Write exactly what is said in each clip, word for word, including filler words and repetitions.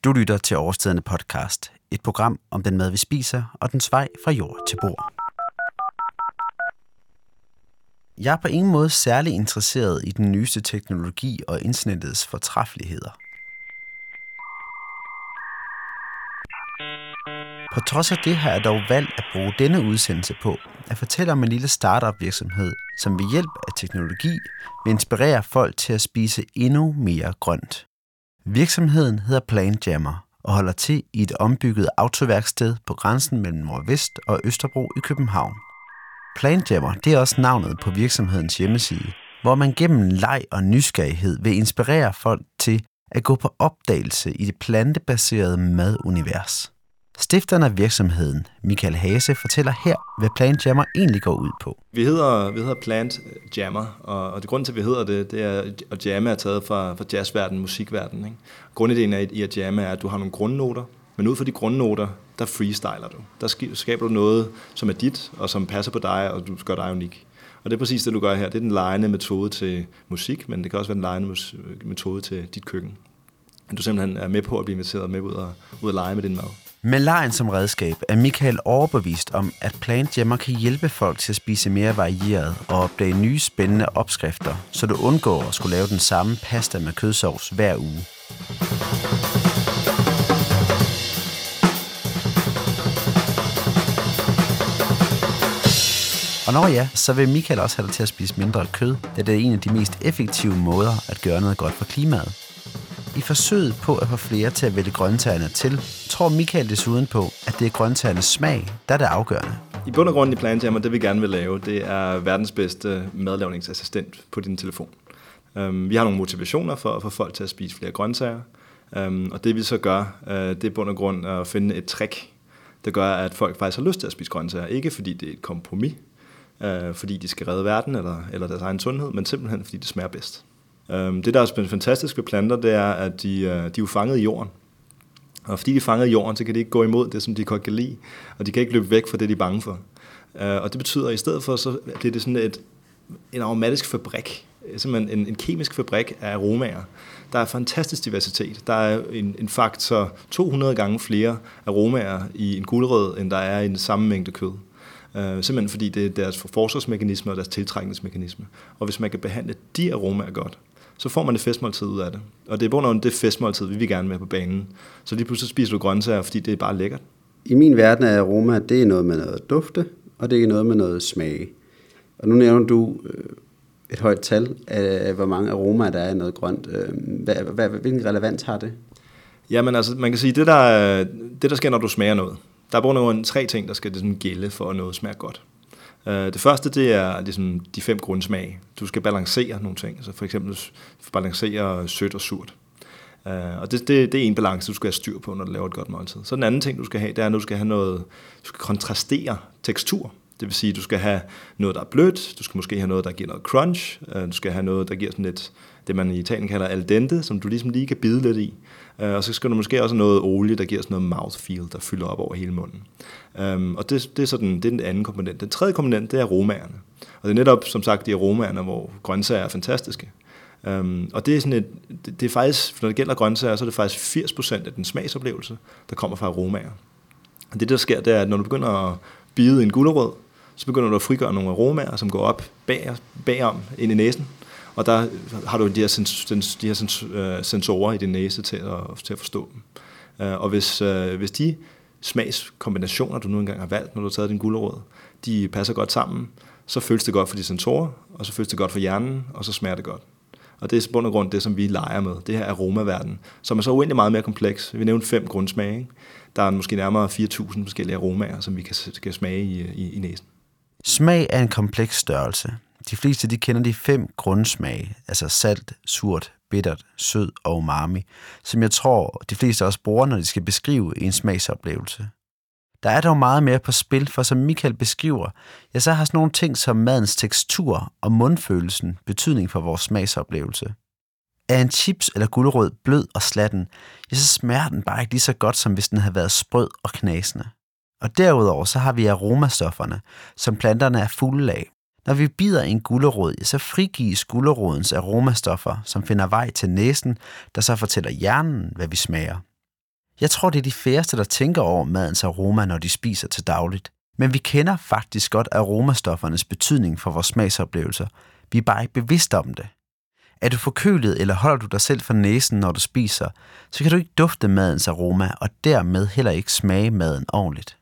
Du lytter til Overstedende podcast, et program om den mad, vi spiser, og dens vej fra jord til bord. Jeg er på ingen måde særlig interesseret i den nyeste teknologi og internettets fortræffeligheder. På trods af det har jeg dog valgt at bruge denne udsendelse på at fortælle om en lille startup virksomhed, som ved hjælp af teknologi vil inspirere folk til at spise endnu mere grønt. Virksomheden hedder Plant Jammer og holder til i et ombygget autoværksted på grænsen mellem Nordvest og Østerbro i København. Plant Jammer, det er også navnet på virksomhedens hjemmeside, hvor man gennem leg og nysgerrighed vil inspirere folk til at gå på opdagelse i det plantebaserede madunivers. Stifteren af virksomheden, Michael Hase, fortæller her, hvad Plant Jammer egentlig går ud på. Vi hedder, vi hedder Plant Jammer, og, og det grund til, at vi hedder det, det er, at jamme er taget fra, fra jazzverdenen, musikverdenen. Ikke? Grundideen er, i at jamme er, at du har nogle grundnoter, men ud fra de grundnoter, der freestyler du. Der skaber du noget, som er dit, og som passer på dig, og du gør dig unik. Og det er præcis det, du gør her. Det er den legende metode til musik, men det kan også være den legende metode til dit køkken. At du simpelthen er med på at blive inviteret med ud og, ud og lege med din mad. Med legen som redskab er Michael overbevist om, at Plant Jammer kan hjælpe folk til at spise mere varieret og opdage nye spændende opskrifter, så du undgår at skulle lave den samme pasta med kødsovs hver uge. Og når ja, så vil Michael også have dig til at spise mindre kød, da det er en af de mest effektive måder at gøre noget godt for klimaet. I forsøget på at få flere til at vælge grøntsagerne til, tror Michael desuden på, at det er grøntsagernes smag, der er det afgørende. I bund og grund i Plant Jammer, det vi gerne vil lave, det er verdens bedste madlavningsassistent på din telefon. Um, vi har nogle motivationer for at få folk til at spise flere grøntsager, um, og det vi så gør, uh, det er i bund og grund at finde et trick, der gør, at folk faktisk har lyst til at spise grøntsager. Ikke fordi det er et kompromis, uh, fordi de skal redde verden eller, eller deres egen sundhed, men simpelthen fordi det smager bedst. Det, der er fantastisk ved planter, det er, at de, de er jo fanget i jorden. Og fordi de er fanget i jorden, så kan de ikke gå imod det, som de godt kan lide. Og de kan ikke løbe væk fra det, de er bange for. Og det betyder, at i stedet for, så bliver det sådan et, en aromatisk fabrik. Simpelthen en, en kemisk fabrik af aromaer. Der er fantastisk diversitet. Der er en, en faktor to hundrede gange flere aromaer i en gulerod, end der er i den samme mængde kød. Uh, simpelthen fordi det er deres forsvarsmekanisme og deres tiltrækningsmekanisme. Og hvis man kan behandle de aromaer godt, så får man et festmåltid ud af det. Og det er både det festmåltid, vi vil gerne med på banen. Så lige pludselig spiser du grøntsager, fordi det er bare lækkert. I min verden er aroma, det er noget med noget dufte, og det er noget med noget smag. Og nu nævner du øh, et højt tal af, hvor mange aromaer der er i noget grønt. Hvad, hvad, hvilken relevans har det? Jamen altså, man kan sige, det der, det der sker, når du smager noget. Der er både tre ting, der skal ligesom gælde for at noget smager godt. Det første, det er ligesom de fem grundsmag. Du skal balancere nogle ting. Så for eksempel balancere sødt og surt. Og det, det, det er en balance, du skal have styr på, når du laver et godt måltid. Så den anden ting, du skal have, det er, at du skal have noget, du skal kontrastere tekstur. Det vil sige, at du skal have noget, der er blødt. Du skal måske have noget, der giver noget crunch. Du skal have noget, der giver sådan lidt, det man i Italien kalder al dente, som du ligesom lige kan bide lidt i. Og så skal du måske også have noget olie, der giver sådan noget mouthfeel, der fylder op over hele munden. Og det, det, er sådan, det er den anden komponent. Den tredje komponent, det er aromaerne. Og det er netop, som sagt, de aromaerne, hvor grøntsager er fantastiske. Og det er sådan et, det, det er faktisk, når det gælder grøntsager, så er det faktisk firs procent af den smagsoplevelse, der kommer fra aromaer. Og det, der sker, det er, at når du begynder at bide en gulerod, så begynder du at frigøre nogle aromaer, som går op bag, bagom ind i næsen. Og der har du de her, sens, de her sensorer i din næse til at, til at forstå dem. Og hvis, hvis de smagskombinationer, du nu engang har valgt, når du har taget din gulerod, de passer godt sammen, så føles det godt for de sensorer, og så føles det godt for hjernen, og så smager det godt. Og det er i bund og grund det, som vi leger med, det her aromaverden, som er så uendelig meget mere kompleks. Vi nævnte fem grundsmage, ikke? Der er måske nærmere fire tusind forskellige aromaer, som vi kan, kan smage i, i, i næsen. Smag er en kompleks størrelse. De fleste de kender de fem grundsmage, altså salt, surt, bittert, sød og umami, som jeg tror, de fleste også bruger, når de skal beskrive en smagsoplevelse. Der er dog meget mere på spil, for som Michael beskriver, ja, så har sådan nogle ting som madens tekstur og mundfølelsen betydning for vores smagsoplevelse. Er en chips eller gulerod blød og slatten, ja, så smager den bare ikke lige så godt, som hvis den havde været sprød og knasende. Og derudover så har vi aromastofferne, som planterne er fulde af. Når vi bider en gulerod, så frigives gulerodens aromastoffer, som finder vej til næsen, der så fortæller hjernen, hvad vi smager. Jeg tror, det er de færreste, der tænker over madens aroma, når de spiser til dagligt. Men vi kender faktisk godt aromastoffernes betydning for vores smagsoplevelser. Vi er bare ikke bevidste om det. Er du forkølet, eller holder du dig selv for næsen, når du spiser, så kan du ikke dufte madens aroma, og dermed heller ikke smage maden ordentligt.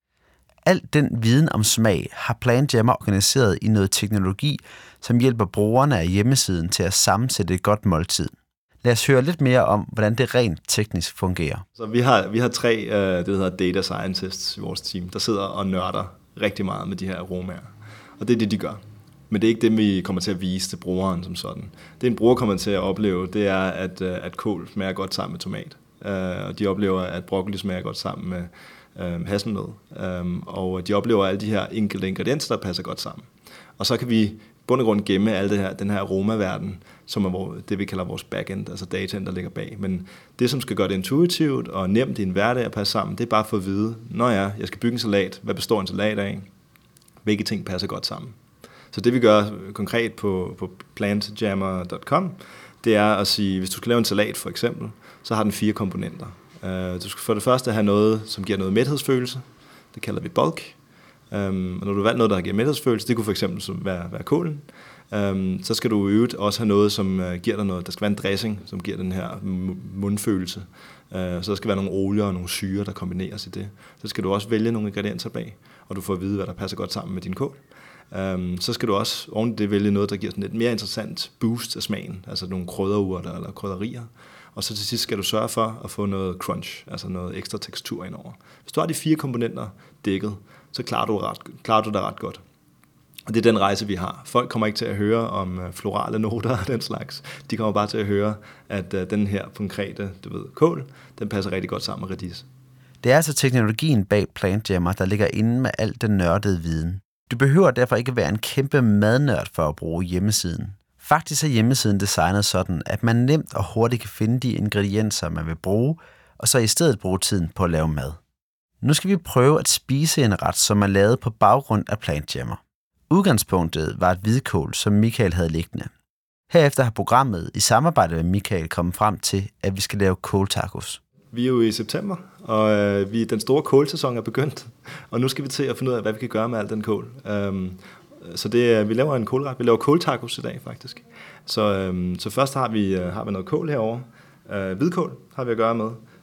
Al den viden om smag har Plantjammer organiseret i noget teknologi, som hjælper brugerne af hjemmesiden til at sammensætte et godt måltid. Lad os høre lidt mere om, hvordan det rent teknisk fungerer. Så vi har, vi har tre uh, det hedder data scientists i vores team, der sidder og nørder rigtig meget med de her aromaer. Og det er det, de gør. Men det er ikke det, vi kommer til at vise til brugeren som sådan. Det, en bruger kommer til at opleve, det er, at, at kål smager godt sammen med tomat. Uh, og de oplever, at broccoli smager godt sammen med uh, hasselnød. Um, og de oplever alle de her enkelte ingredienser, der passer godt sammen. Og så kan vi bund og grund gemme alle det her, den her aromaverden, som er det, vi kalder vores backend, altså dataen, der ligger bag. Men det, som skal gøre det intuitivt og nemt i en hverdag at passe sammen, det er bare for at vide, når jeg, jeg skal bygge en salat, hvad består en salat af? Hvilke ting passer godt sammen? Så det, vi gør konkret på, på plantjammer punktum com, det er at sige, hvis du skal lave en salat for eksempel, så har den fire komponenter. Du skal for det første have noget, som giver noget mæthedsfølelse. Det kalder vi bulk. Um, og når du valgt noget, der giver mæthedsfølelse, det kunne for eksempel være, være kålen, um, så skal du i øvrigt også have noget, som uh, giver dig noget, der skal være en dressing, som giver den her mundfølelse. Uh, så der skal være nogle olier og nogle syre, der kombineres i det. Så skal du også vælge nogle ingredienser bag, og du får at vide, hvad der passer godt sammen med din kål. Um, så skal du også oven i det vælge noget, der giver sådan et mere interessant boost af smagen, altså nogle krydderurter eller krydderier. Og så til sidst skal du sørge for at få noget crunch, altså noget ekstra tekstur indover. Hvis du har de fire komponenter dækket, så klarer du, ret, klarer du dig ret godt. Og det er den rejse, vi har. Folk kommer ikke til at høre om florale noter og den slags. De kommer bare til at høre, at uh, den her konkrete, du ved, kål, den passer rigtig godt sammen med redis. Det er altså teknologien bag Plantjammer, der ligger inde med al den nørdede viden. Du behøver derfor ikke være en kæmpe madnørd for at bruge hjemmesiden. Faktisk er hjemmesiden designet sådan, at man nemt og hurtigt kan finde de ingredienser, man vil bruge, og så i stedet bruge tiden på at lave mad. Nu skal vi prøve at spise en ret, som er lavet på baggrund af Plantjammer. Udgangspunktet var et hvidkål, som Michael havde liggende. Herefter har programmet i samarbejde med Michael kommet frem til, at vi skal lave kåltacos. Vi er jo i september, og øh, vi, den store kålsæson er begyndt, og nu skal vi til at finde ud af, hvad vi kan gøre med al den kål. Um, så det, vi laver en kålret. Vi laver kåltacos i dag, faktisk. Så, um, så først har vi, uh, har vi noget kål herovre. Uh, hvidkål har vi at gøre med.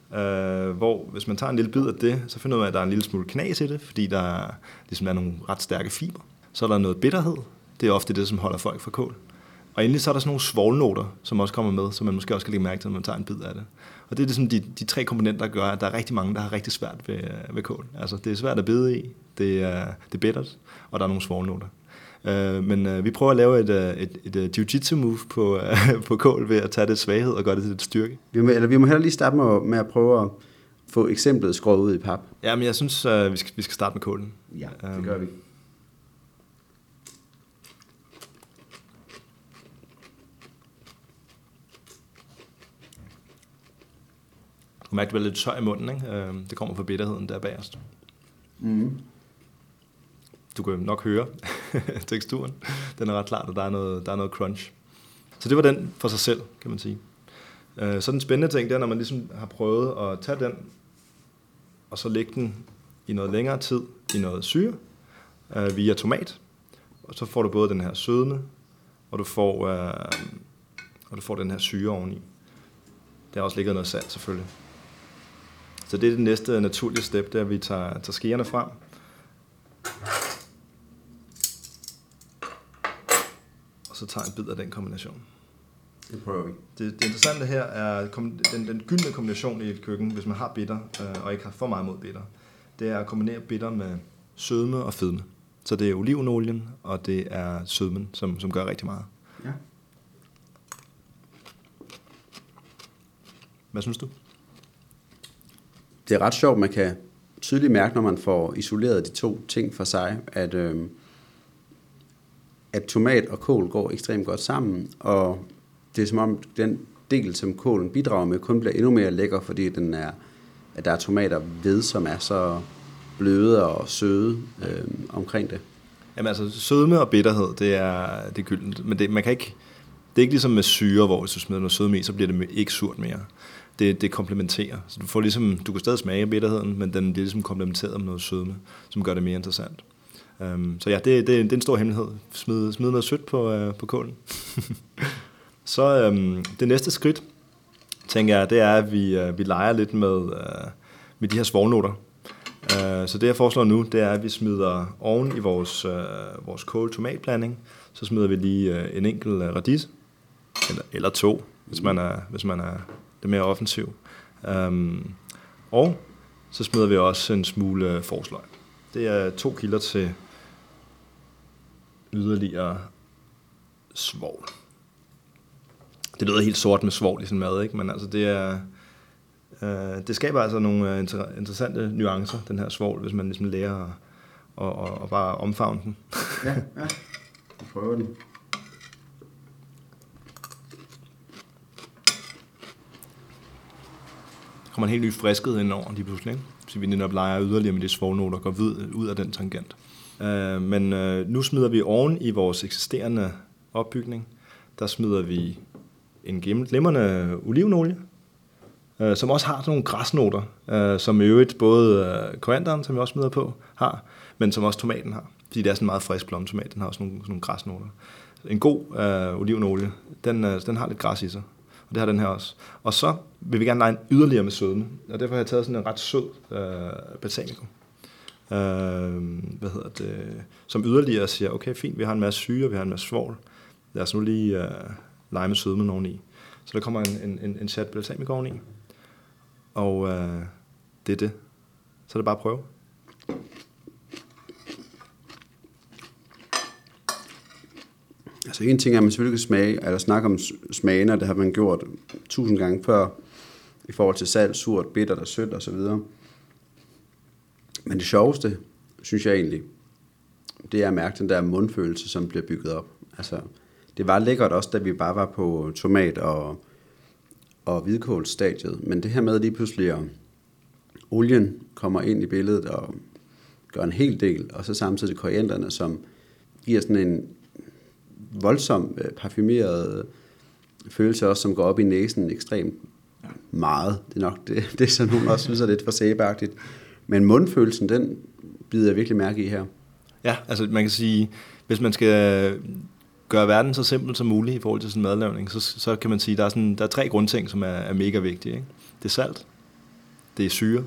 Uh, hvor hvis man tager en lille bid af det, så finder man, at der er en lille smule knas i det, fordi der ligesom er nogle ret stærke fiber. Så er der noget bitterhed. Det er ofte det, som holder folk fra kål. Og endelig så er der sådan nogle svovlnoter, som også kommer med, som man måske også kan lægge mærke til, når man tager en bid af det. Og det er ligesom de, de tre komponenter, der gør, at der er rigtig mange, der har rigtig svært ved, ved kål. Altså det er svært at bide i, det er, det er bittert, og der er nogle svovlnoter. Uh, men uh, vi prøver at lave et, et, et, et jiu-jitsu move på, uh, på kål ved at tage det svaghed og gøre det til et styrke. Vi må, eller vi må heller lige starte med, med at prøve at få eksemplet skåret ud i pap. Ja, men jeg synes, uh, vi, skal, vi skal starte med kålen. Ja, det gør vi. Du kan mærke, at det bliver lidt tør i munden, ikke? Det kommer fra bitterheden der bagerst. Mm. Du kan nok høre teksturen. Den er ret klar, og der er noget, der er noget crunch. Så det var den for sig selv, kan man sige. Så den spændende ting, det er, når man ligesom har prøvet at tage den, og så lægge den i noget længere tid i noget syre, via tomat. Og så får du både den her sødme, og du får, og du får den her syre oveni. Der er også ligget noget salt, selvfølgelig. Så det er det næste naturlige step, der vi tager, tager skærene frem. Og så tager en bid af den kombination. Det prøver vi. Det, det interessante her er den, den gyldne kombination i et køkken, hvis man har bitter, øh, og ikke har for meget mod bitter. Det er at kombinere bitter med sødme og fedme. Så det er olivenolien, og det er sødmen, som, som gør rigtig meget. Ja. Hvad synes du? Det er ret sjovt, man kan tydeligt mærke, når man får isoleret de to ting for sig, at, øh, at tomat og kål går ekstremt godt sammen, og det er som om den del, som kålen bidrager med, kun bliver endnu mere lækker, fordi den er, at der er tomater ved, som er så bløde og søde øh, omkring det. Jamen altså, sødme og bitterhed, det er, det er gyldent, men det, man kan ikke, det er ikke ligesom med syre, hvor hvis du smider noget sødme i, så bliver det ikke surt mere. det, det komplementerer. Så du får ligesom, du kan stadig smage bitterheden, men den bliver ligesom komplementeret med noget sødme, som gør det mere interessant. Um, så ja, det, det, det er en stor hemmelighed. Smid, smid noget sødt på, uh, på kålen. Så um, det næste skridt, tænker jeg, det er, at vi, uh, vi leger lidt med, uh, med de her svovlnoter. Uh, så det jeg foreslår nu, det er, at vi smider oven i vores, uh, vores kål-tomatblanding, så smider vi lige uh, en enkelt uh, radis, eller, eller to, hvis man er, hvis man er lidt mere offensiv. Um, og så smider vi også en smule forsløg. Det er to kilder til yderligere svovl. Det lyder helt sort med svovl i sin mad, ikke? Men altså det er øh, det skaber altså nogle inter- interessante nuancer, den her svovl, hvis man ligesom lærer at, at, at, at bare omfavne den. Ja, ja. Vi prøver den. Der kommer en helt ny friskhed ind over lige pludselig, ikke? Så vi netop leger yderligere med de svovlnoter, går ud, ud af den tangent. Uh, men uh, nu smider vi oven i vores eksisterende opbygning, der smider vi en glimrende olivenolie, uh, som også har sådan nogle græsnoter, uh, som i øvrigt både uh, korianderen, som vi også smider på, har, men som også tomaten har. Fordi det er sådan en meget frisk blomtomat, den har også nogle, sådan nogle græsnoter. En god uh, olivenolie, den, uh, den har lidt græs i sig. Og det har den her også. Og så vil vi gerne lege en yderligere med sødme. Og derfor har jeg taget sådan en ret sød øh, balsamico. Øh, hvad hedder det? Som yderligere siger, okay, fint, vi har en masse syre, vi har en masse svovl. Lad os nu lige øh, lege med sødmen oveni. Så der kommer en, en, en, en chat balsamico oveni. Og øh, det er det. Så er det bare at prøve. Altså en ting er, at man selvfølgelig kan smage, eller snakke om smagen, og det har man gjort tusind gange før, i forhold til salt, surt, bittert og sødt og så videre. Men det sjoveste, synes jeg egentlig, det er at mærke den der mundfølelse, som bliver bygget op. Altså, det var lækkert også, da vi bare var på tomat- og, og hvidkålsstadiet, men det her med lige pludselig, at olien kommer ind i billedet og gør en hel del, og så samtidig korianderne, som giver sådan en voldsom parfumeret følelse også, som går op i næsen ekstremt meget. Det er nok det, det er sådan, nogen også synes er lidt for sæbeagtigt. Men mundfølelsen, den bider jeg virkelig mærke i her. Ja, altså man kan sige, hvis man skal gøre verden så simpel som muligt i forhold til sådan en madlavning, så, så kan man sige, at der er, sådan, der er tre grundting, som er, er mega vigtige. Ikke? Det er salt, det er syre,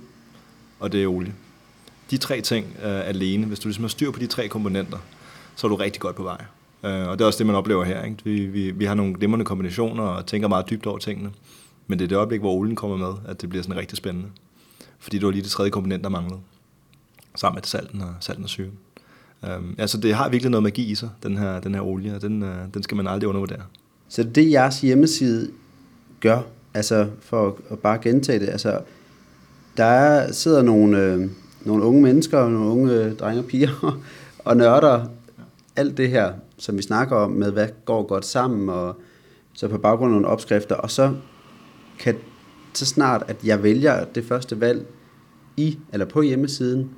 og det er olie. De tre ting øh, alene, hvis du ligesom har styr på de tre komponenter, så er du rigtig godt på vej. Uh, og det er også det, man oplever her. Ikke? Vi, vi, vi har nogle glimrende kombinationer og tænker meget dybt over tingene. Men det er det øjeblik, hvor olien kommer med, at det bliver sådan rigtig spændende. Fordi det var lige det tredje komponent, der manglede. Sammen med salten og, salten og syren. Um, altså det har virkelig noget magi i sig, den her, den her olie, og den, uh, den skal man aldrig undervurdere. Så det jeres hjemmeside gør, altså for at bare gentage det, altså der er, sidder nogle, øh, nogle unge mennesker, nogle unge øh, drenge og piger, og nørder alt det her, som vi snakker om, med hvad går godt sammen, og så på baggrund af nogle opskrifter, og så kan så snart, at jeg vælger det første valg i, eller på hjemmesiden,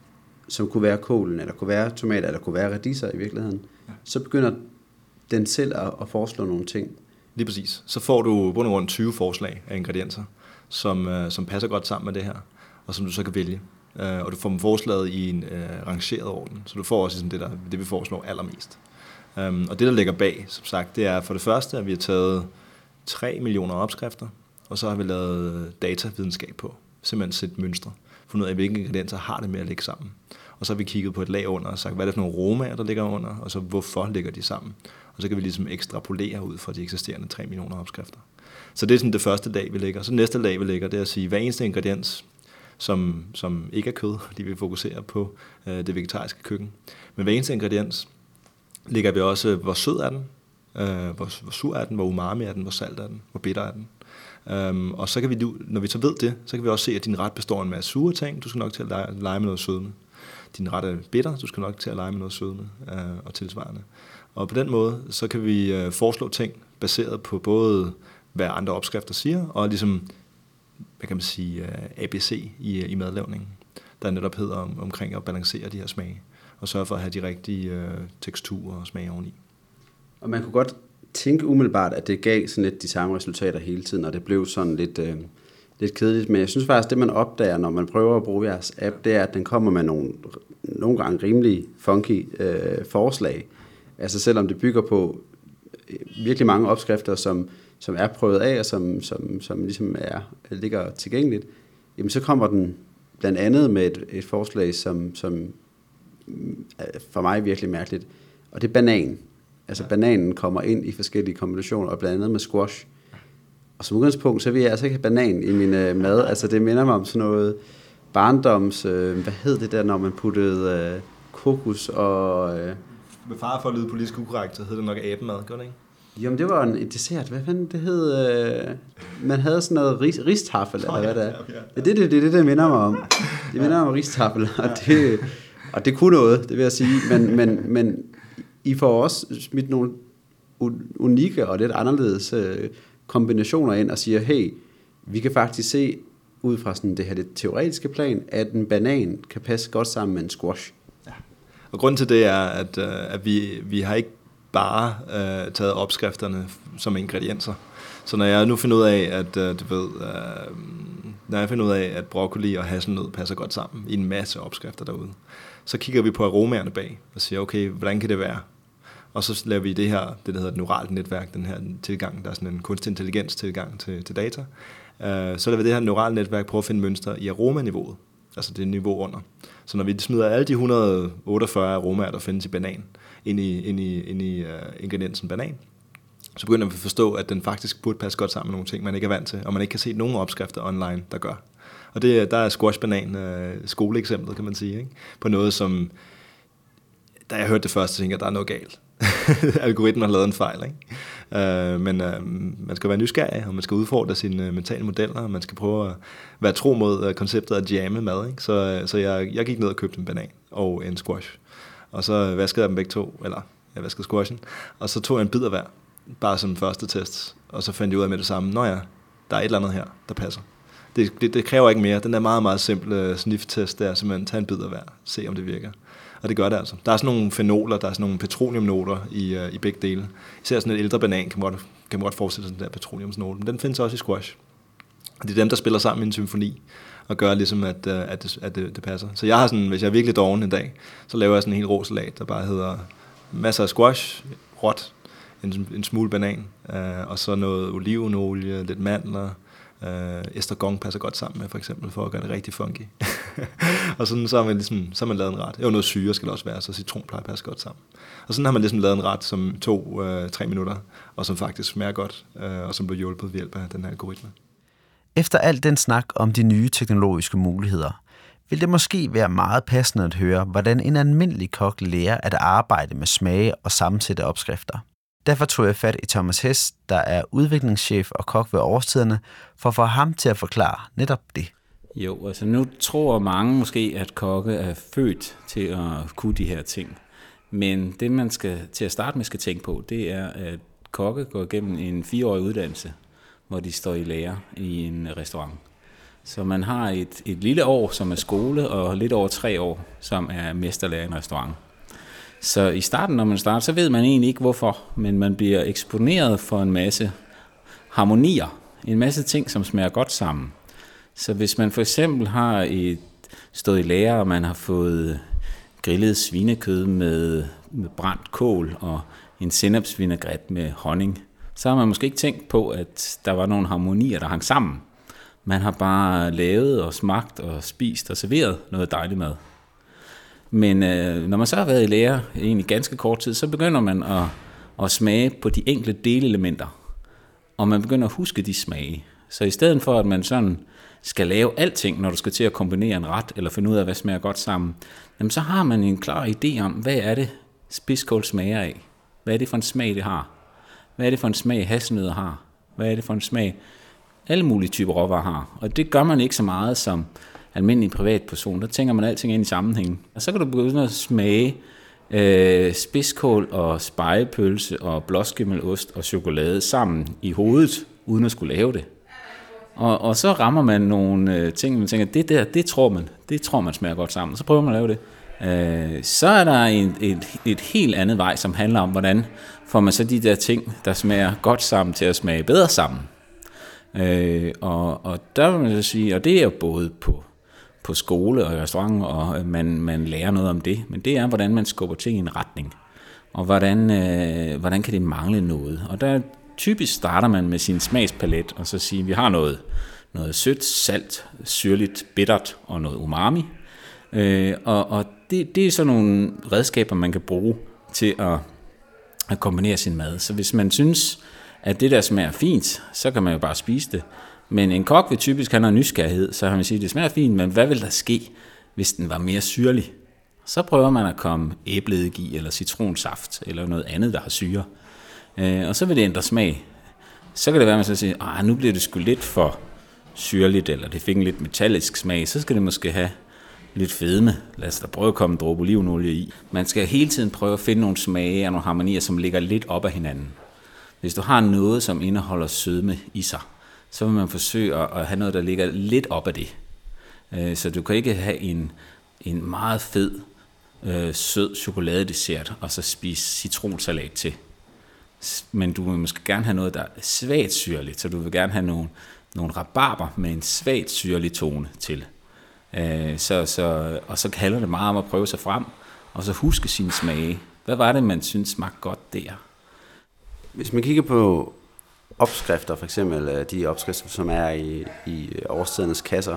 som kunne være kålen, eller kunne være tomater, eller kunne være radiser i virkeligheden, ja. Så begynder den selv at, at foreslå nogle ting. Lige præcis. Så får du bund og grund tyve forslag af ingredienser, som, øh, som passer godt sammen med det her, og som du så kan vælge. Uh, og du får dem forslaget i en uh, rangeret orden, så du får også sådan det, der, det vi foreslår allermest. Um, og det, der ligger bag, som sagt, det er for det første, at vi har taget tre millioner opskrifter, og så har vi lavet datavidenskab på, simpelthen set mønstre, fundet ud af, hvilke ingredienser har det med at ligge sammen. Og så har vi kigget på et lag under og sagt, hvad er det for nogle aromaer, der ligger under, og så hvorfor ligger de sammen. Og så kan vi ligesom ekstrapolere ud fra de eksisterende tre millioner opskrifter. Så det er sådan det første lag, vi lægger. Så næste lag, vi lægger, det er at sige, hver eneste ingrediens, Som, som ikke er kød, fordi vi fokuserer på øh, det vegetariske køkken. Men hver eneste ingrediens lægger vi også, hvor sød er den, øh, hvor, hvor sur er den, hvor umami er den, hvor salt er den, hvor bitter er den. Um, og så kan vi, når vi så ved det, så kan vi også se, at din ret består af en masse sure ting. Du skal nok til at lege, lege med noget sødme. Din ret er bitter, du skal nok til at lege med noget sødme øh, og tilsvarende. Og på den måde, så kan vi øh, foreslå ting baseret på både, hvad andre opskrifter siger, og ligesom, hvad kan man sige, A B C i, i madlavningen, der netop hedder om, omkring at balancere de her smage, og sørge for at have de rigtige øh, teksturer og smage oveni. Og man kunne godt tænke umiddelbart, at det gav sådan lidt de samme resultater hele tiden, og det blev sådan lidt, øh, lidt kedeligt. Men jeg synes faktisk, det man opdager, når man prøver at bruge jeres app, det er, at den kommer med nogle, nogle gange rimelig funky øh, forslag. Altså selvom det bygger på virkelig mange opskrifter, som, som er prøvet af, og som, som, som ligesom er, ligger tilgængeligt, jamen så kommer den blandt andet med et, et forslag, som, som er for mig virkelig mærkeligt, og det er banan. Altså bananen kommer ind i forskellige kombinationer, og blandt andet med squash. Og som udgangspunkt, så vil jeg altså ikke have banan i min øh, mad. Altså det minder mig om sådan noget barndoms, øh, hvad hed det der, når man puttede øh, kokos og... Øh, Med far for at lyde politisk ukorrekt, så hed det nok abemad, gør det ikke? Jamen det var en dessert, hvad fanden det hed? Øh, man havde sådan noget ris, ristaffel, eller hvad det er. Okay, ja. Det er det, det, det, det, det minder mig om. Det minder mig om ristaffel, og det, og det kunne noget, det vil jeg sige. Men, men, men I får også smidt nogle unikke og lidt anderledes øh, kombinationer ind og siger, hey, vi kan faktisk se ud fra sådan det her det teoretiske plan, at en banan kan passe godt sammen med en squash. Ja. Og grunden til det er, at, øh, at vi, vi har ikke bare øh, taget opskrifterne som ingredienser. Så når jeg nu finder ud af, at øh, du ved, øh, når jeg finder ud af, at broccoli og hasselnød passer godt sammen i en masse opskrifter derude, så kigger vi på aromaerne bag og siger, okay, hvordan kan det være? Og så laver vi det her, det der hedder et neuralt netværk, den her tilgang, der er sådan en kunstig intelligens tilgang til, til data. Uh, så laver vi det her neurale netværk prøve at finde mønstre i aromaniveauet, altså det niveau under. Så når vi smider alle de et hundrede og otteogfyrre aromaer, der findes i banan, ind i, ind i, ind i uh, ingrediensen banan, så begynder vi at forstå, at den faktisk burde passe godt sammen med nogle ting, man ikke er vant til, og man ikke kan se nogen opskrifter online, der gør. Og det, der er squash-banan uh, skoleeksemplet, kan man sige, ikke? På noget, som, da jeg hørte det først, tænkte jeg, at der er noget galt. Algoritmen har lavet en fejl, ikke? Uh, men uh, man skal være nysgerrig, og man skal udfordre sine uh, mentale modeller, og man skal prøve at være tro mod uh, konceptet af jamme mad, ikke? Så, uh, så jeg, jeg gik ned og købte en banan og en squash, og så vaskede jeg dem begge to, eller jeg vaskede squashen, og så tog jeg en bid af hver, bare som første test, og så fandt jeg ud af med det samme, nå ja, der er et eller andet her, der passer. Det, det, det kræver ikke mere. Den der meget, meget simple sniff-test, der er simpelthen tage en bid af hver, se om det virker. Og det gør det altså. Der er sådan nogle fenoler, der er sådan nogle petroleumnoter i, uh, i begge dele. Især sådan et ældre banan kan man godt, kan man godt forestille sådan der petroleumsnote. Men den findes også i squash. Og det er dem, der spiller sammen i en symfoni og gør ligesom, at, uh, at, det, at det, det passer. Så jeg har sådan, hvis jeg er virkelig doven en dag, så laver jeg sådan en helt rå salat, der bare hedder masser af squash, råt, en, en smule banan, uh, og så noget olivenolie, lidt mandler. Uh, estragon passer godt sammen med, for eksempel, for at gøre det rigtig funky. Og sådan, så har man ligesom, så har man lavet en ret. Jo, noget syre skal det også være, så citron plejer at passe godt sammen. Og sådan har man ligesom lavet en ret, som tog uh, tre minutter, og som faktisk smager godt, uh, og som blev hjulpet ved hjælp af den her algoritme. Efter al den snak om de nye teknologiske muligheder, vil det måske være meget passende at høre, hvordan en almindelig kok lærer at arbejde med smage og sammensætte opskrifter. Derfor tog jeg fat i Thomas Hess, der er udviklingschef og kok ved Årstiderne, for at få ham til at forklare netop det. Jo, altså nu tror mange måske, at kokke er født til at kunne de her ting. Men det, man skal til at starte med skal tænke på, det er, at kokke går igennem en fireårig uddannelse, hvor de står i lære i en restaurant. Så man har et, et lille år, som er skole, og lidt over tre år, som er mesterlærer i en restaurant. Så i starten, når man starter, så ved man egentlig ikke hvorfor, men man bliver eksponeret for en masse harmonier, en masse ting, som smager godt sammen. Så hvis man for eksempel har et, stået i lære, og man har fået grillet svinekød med, med brændt kål og en sennepsvinaigrette med honning, så har man måske ikke tænkt på, at der var nogle harmonier, der hang sammen. Man har bare lavet og smagt og spist og serveret noget dejligt mad. Men øh, når man så har været i lære egentlig ganske kort tid, så begynder man at, at smage på de enkelte delelementer. Og man begynder at huske de smage. Så i stedet for, at man sådan skal lave alting, når du skal til at kombinere en ret, eller finde ud af, hvad smager godt sammen, jamen så har man en klar idé om, hvad er det spidskål smager af? Hvad er det for en smag, det har? Hvad er det for en smag, hasselnødder har? Hvad er det for en smag, alle mulige typer råvarer har? Og det gør man ikke så meget som almindelig privatperson. Der tænker man alting ind i sammenhængen. Og så kan du begynde at smage øh, spidskål og spegepølse og blåskimmelost og chokolade sammen i hovedet, uden at skulle lave det. Og, og så rammer man nogle øh, ting, man tænker, det der, det tror man, det tror man smager godt sammen. Så prøver man at lave det. øh, så er der en, et, et helt andet vej, som handler om, hvordan får man så de der ting, der smager godt sammen, til at smage bedre sammen. Øh, og, og der vil man så sige, og det er jo både på, på skole og restaurant, og man, man lærer noget om det, men det er, hvordan man skubber ting i en retning, og hvordan, øh, hvordan kan det mangle noget. Og der typisk starter man med sin smagspalet, og så siger, vi har noget, noget sødt, salt, syrligt, bittert og noget umami. Øh, og og det, det er sådan nogle redskaber, man kan bruge til at, at kombinere sin mad. Så hvis man synes, at det der smager fint, så kan man jo bare spise det. Men en kok vil typisk have noget nysgerrighed, så kan man sige, at det smager fint, men hvad vil der ske, hvis den var mere syrlig? Så prøver man at komme æbleeddike i, eller citronsaft, eller noget andet, der har syre. Øh, og så vil det ændre smag. Så kan det være, at man så siger, at nu bliver det sgu lidt for syrligt, eller det fik en lidt metallisk smag, så skal det måske have lidt fedme. Lad os da prøve at komme en dråbe olivenolie i. Man skal hele tiden prøve at finde nogle smage og nogle harmonier, som ligger lidt op ad hinanden. Hvis du har noget, som indeholder sødme i sig, så vil man forsøge at have noget, der ligger lidt op ad det. Så du kan ikke have en, en meget fed, øh, sød chokoladedessert, og så spise citronsalat til. Men du vil måske gerne have noget, der er svagt syrligt, så du vil gerne have nogle, nogle rabarber med en svagt syrlig tone til. Øh, så, så, og så handler det meget om at prøve sig frem, og så huske sin smage. Hvad var det, man synes smagte godt der? Hvis man kigger på opskrifter, for eksempel de opskrifter, som er i, i årstidernes kasser,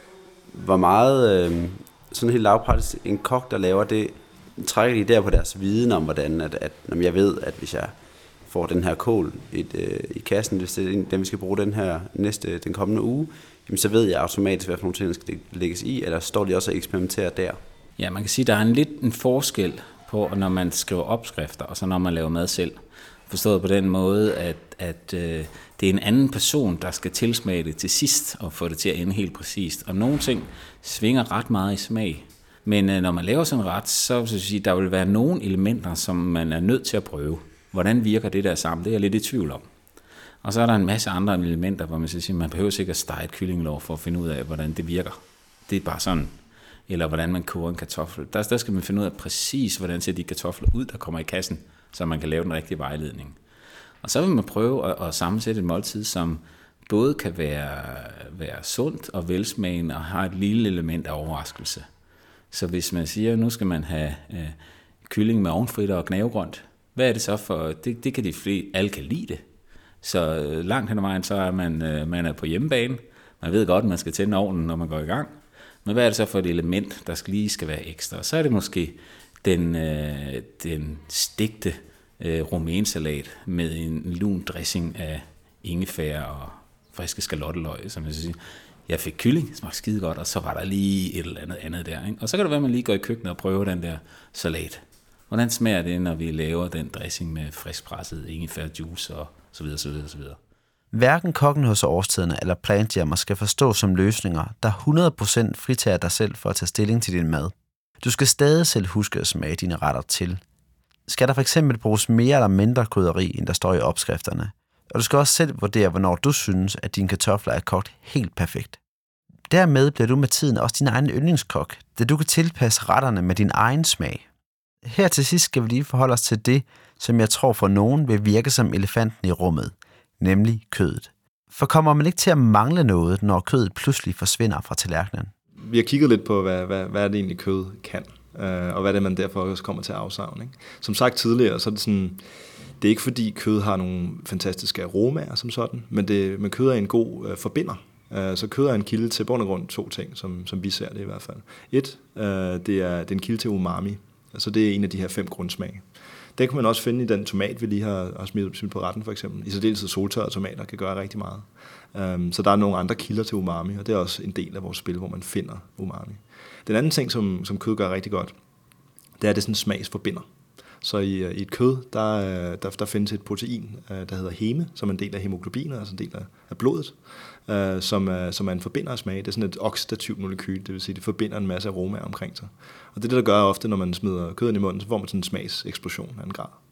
hvor meget, øh, sådan helt lavpraktisk, en kok, der laver det, trækker de der på deres viden om, hvordan, at, at når jeg ved, at hvis jeg får den her kål et, øh, i kassen, hvis det er den, vi skal bruge den her næste, den kommende uge, jamen, så ved jeg automatisk, hvad for nogle ting, der skal lægges i, eller står de også og eksperimenterer der? Ja, man kan sige, at der er en lidt en forskel på, når man skriver opskrifter, og så når man laver mad selv. Forstået på den måde, at, at øh, det er en anden person, der skal tilsmage det til sidst, og få det til at ende helt præcist. Og nogle ting svinger ret meget i smag. Men øh, når man laver sådan en ret, så vil jeg sige, der vil være nogle elementer, som man er nødt til at prøve. Hvordan virker det der sammen? Det er jeg lidt i tvivl om. Og så er der en masse andre elementer, hvor man skal sige, man behøver sikkert stege et kyllingelår for at finde ud af, hvordan det virker. Det er bare sådan. Eller hvordan man koger en kartoffel. Der, der skal man finde ud af præcis, hvordan ser de kartofler ud, der kommer i kassen, så man kan lave den rigtige vejledning. Og så vil man prøve at, at sammensætte et måltid, som både kan være, være sundt og velsmagende, og har et lille element af overraskelse. Så hvis man siger, at nu skal man have øh, kylling med ovenfritter og gnavegrønt, hvad er det så for? Det, det kan de flere, alle kan lide det. Så øh, langt hen ad vejen, så er man, øh, man er på hjemmebane. Man ved godt, at man skal tænde ovnen, når man går i gang. Men hvad er det så for et element, der skal lige skal være ekstra? Og så er det måske den, øh, den stegte øh, romainsalat med en lun dressing af ingefær og friske skalotteløg, som jeg siger. Jeg fik kylling, det smagte skide godt, og så var der lige et eller andet andet der. Ikke? Og så kan det være, at man lige går i køkkenet og prøver den der salat. Hvordan smager det, når vi laver den dressing med friskpresset ingefærjuice og så videre, så videre, så videre. Hverken kokken hos Årstiderne eller Plantjammer skal forstås som løsninger, der hundrede procent fritager dig selv for at tage stilling til din mad. Du skal stadig selv huske at smage dine retter til. Skal der for eksempel bruges mere eller mindre krydderi, end der står i opskrifterne? Og du skal også selv vurdere, hvornår du synes, at dine kartofler er kogt helt perfekt. Dermed bliver du med tiden også din egen yndlingskok, da du kan tilpasse retterne med din egen smag. Her til sidst skal vi lige forholde os til det, som jeg tror for nogen vil virke som elefanten i rummet, nemlig kødet. For kommer man ikke til at mangle noget, når kødet pludselig forsvinder fra tallerkenen? Vi har kigget lidt på, hvad, hvad, hvad er det egentlig kød kan, øh, og hvad det man derfor også kommer til at afsavne. Ikke? Som sagt tidligere, så er det sådan, det er ikke fordi kød har nogle fantastiske aromaer som sådan, men, det, men kød er en god øh, forbinder. Uh, så kød er en kilde til bund og grund to ting, som, som vi ser det i hvert fald. Et, uh, det, er, det er en kilde til umami, altså det er en af de her fem grundsmage. Det kan man også finde i den tomat, vi lige har, har smidt på retten for eksempel. I særdeleshed soltørrede tomater kan gøre rigtig meget. Um, så der er nogle andre kilder til umami, og det er også en del af vores spil, hvor man finder umami. Den anden ting, som, som kød gør rigtig godt, det er, at det sådan smagsforbinder. Så i, i et kød, der, der, der findes et protein, der hedder heme, som er en del af hemoglobinet, altså en del af, af blodet, uh, som, er, som er en forbinder af smag. Det er sådan et oxidativt molekyl, det vil sige, det forbinder en masse aromaer omkring sig. Og det er det, der gør ofte, når man smider kødet i munden, så får man sådan en smagseksplosion af en grad.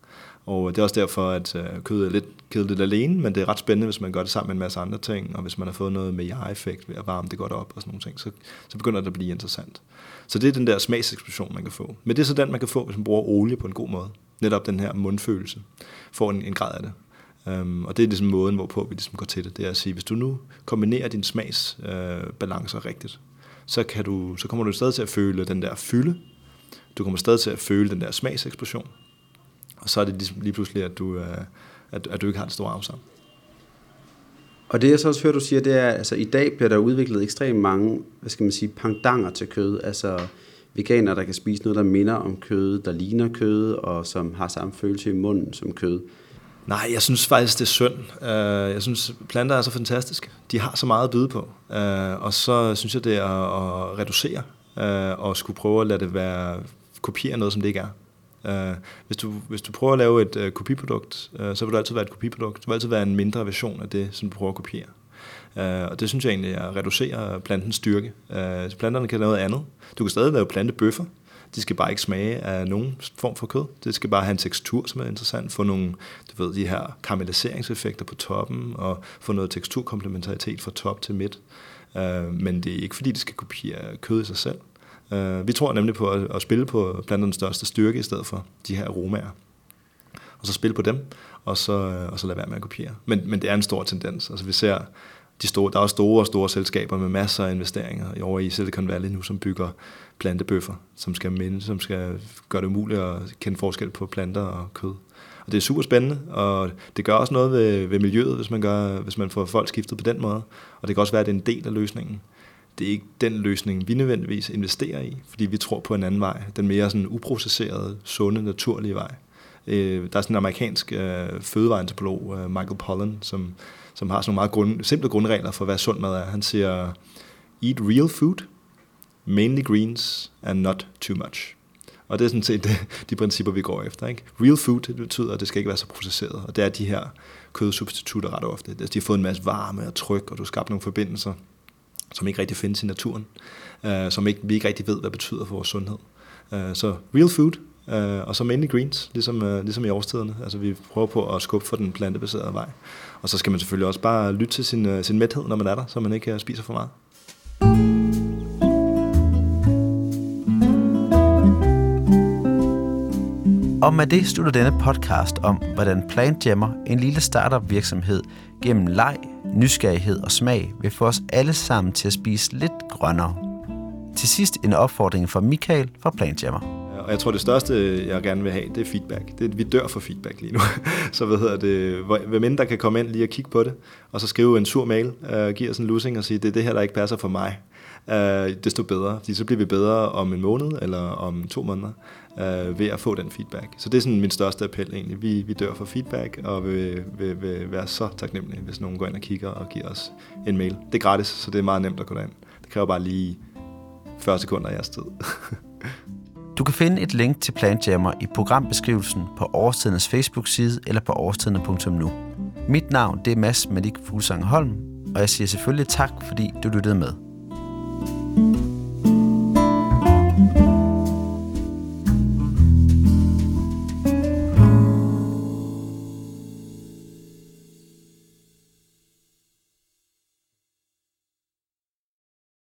Og det er også derfor, at øh, kødet er lidt kedeligt alene, men det er ret spændende, hvis man gør det sammen med en masse andre ting, og hvis man har fået noget Maillard-effekt ved at varme det godt op og sådan nogle ting, så, så begynder det at blive interessant. Så det er den der smagseksplosion, man kan få. Men det er så den, man kan få, hvis man bruger olie på en god måde. Netop den her mundfølelse får en, en grad af det. Um, og det er ligesom måden, hvorpå vi ligesom går til det. Det er at sige, hvis du nu kombinerer din smagsbalancer øh, rigtigt, så, kan du, så kommer du stadig til at føle den der fylde. Du kommer stadig til at føle den der smagseksplosion. Og så er det ligesom lige pludselig, at du, øh, at, at du ikke har det store afsavn. Og det jeg så også hører, du siger, det er, altså i dag bliver der udviklet ekstremt mange, hvad skal man sige, pendants til kød. Altså veganer, der kan spise noget, der minder om kød, der ligner kød, og som har samme følelse i munden som kød. Nej, jeg synes faktisk, det er synd. Jeg synes, planter er så fantastiske. De har så meget at byde på. Og så synes jeg, det er at reducere og skulle prøve at lade det være kopiere noget, som det ikke er. Hvis du, hvis du prøver at lave et kopiprodukt, så vil det altid være et kopiprodukt. Det vil altid være en mindre version af det, som du prøver at kopiere. Og det synes jeg egentlig er at reducere plantens styrke. Planterne kan lave noget andet. Du kan stadig lave plantebøffer. De skal bare ikke smage af nogen form for kød. Det skal bare have en tekstur, som er interessant. Få nogle, du ved, de her karamelliseringseffekter på toppen, og få noget teksturkomplementaritet fra top til midt. Uh, men det er ikke, fordi det skal kopiere kød i sig selv. Uh, vi tror nemlig på at, at spille på planternes største styrke, i stedet for de her aromaer. Og så spille på dem, og så, og så lade være med at kopiere. Men, men det er en stor tendens. Altså vi ser... De store, der er store og store selskaber med masser af investeringer over i Silicon Valley nu, som bygger plantebøffer, som skal minde, som skal gøre det umuligt at kende forskel på planter og kød. Og det er super spændende, og det gør også noget ved, ved miljøet, hvis man, gør, hvis man får folk skiftet på den måde. Og det kan også være, at det er en del af løsningen. Det er ikke den løsning, vi nødvendigvis investerer i, fordi vi tror på en anden vej. Den mere sådan uprocesserede, sunde, naturlige vej. Der er sådan en amerikansk øh, fødevareantropolog, øh, Michael Pollan, som, som har sådan nogle meget grund, simple grundregler for, hvad sund mad er. Han siger, eat real food, mainly greens, and not too much. Og det er sådan set de, de principper, vi går efter. Ikke? Real food, det betyder, at det skal ikke være så processeret. Og det er de her kødsubstitutter ret ofte. Altså, de har fået en masse varme og tryk, og du har skabt nogle forbindelser, som ikke rigtig findes i naturen. Uh, som ikke, vi ikke rigtig ved, hvad betyder for vores sundhed. Uh, så real food, Uh, og så mainly greens, ligesom, uh, ligesom i årstiderne. Altså vi prøver på at skubbe for den plantebaserede vej. Og så skal man selvfølgelig også bare lytte til sin, uh, sin mæthed, når man er der, så man ikke uh, spiser for meget. Og med det slutter denne podcast om, hvordan Plantjammer, en lille startup virksomhed, gennem leg, nysgerrighed og smag, vil få os alle sammen til at spise lidt grønnere. Til sidst en opfordring fra Michael fra Plantjammer. Og jeg tror, det største, jeg gerne vil have, det er feedback. Det er, vi dør for feedback lige nu. Så hvad hedder det, hvem end der kan komme ind lige og kigge på det, og så skrive en sur mail, uh, give os en lussing og sige, det er det her, der ikke passer for mig. Uh, desto bedre. Fordi så bliver vi bedre om en måned eller om to måneder uh, ved at få den feedback. Så det er sådan min største appel egentlig. Vi, vi dør for feedback og vil, vil, vil være så taknemmelige, hvis nogen går ind og kigger og giver os en mail. Det er gratis, så det er meget nemt at gå derind. Det kræver bare lige fyrre sekunder af jeres tid. Du kan finde et link til Plantjammer i programbeskrivelsen på Årstidernes Facebook-side eller på årstiderne punktum nu. Mit navn det er Mads Malik Fuglsang Holm, og jeg siger selvfølgelig tak, fordi du lyttede med.